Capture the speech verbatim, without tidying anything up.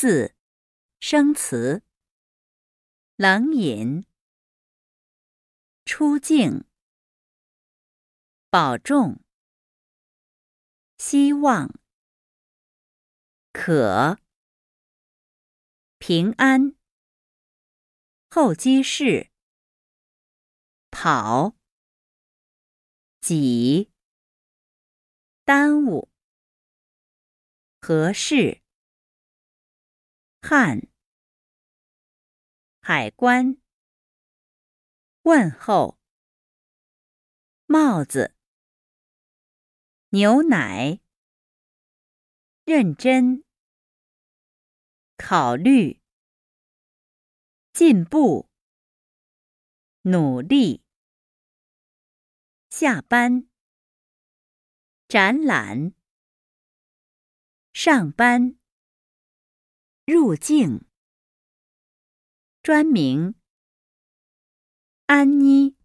四、生词。冷饮，出境，保重，希望，可，平安，候机室，跑，挤，耽误，合适，汉，海关，问候，帽子，牛奶，认真，考虑，进步，努力，下班，展览，上班，入境，专名，安妮。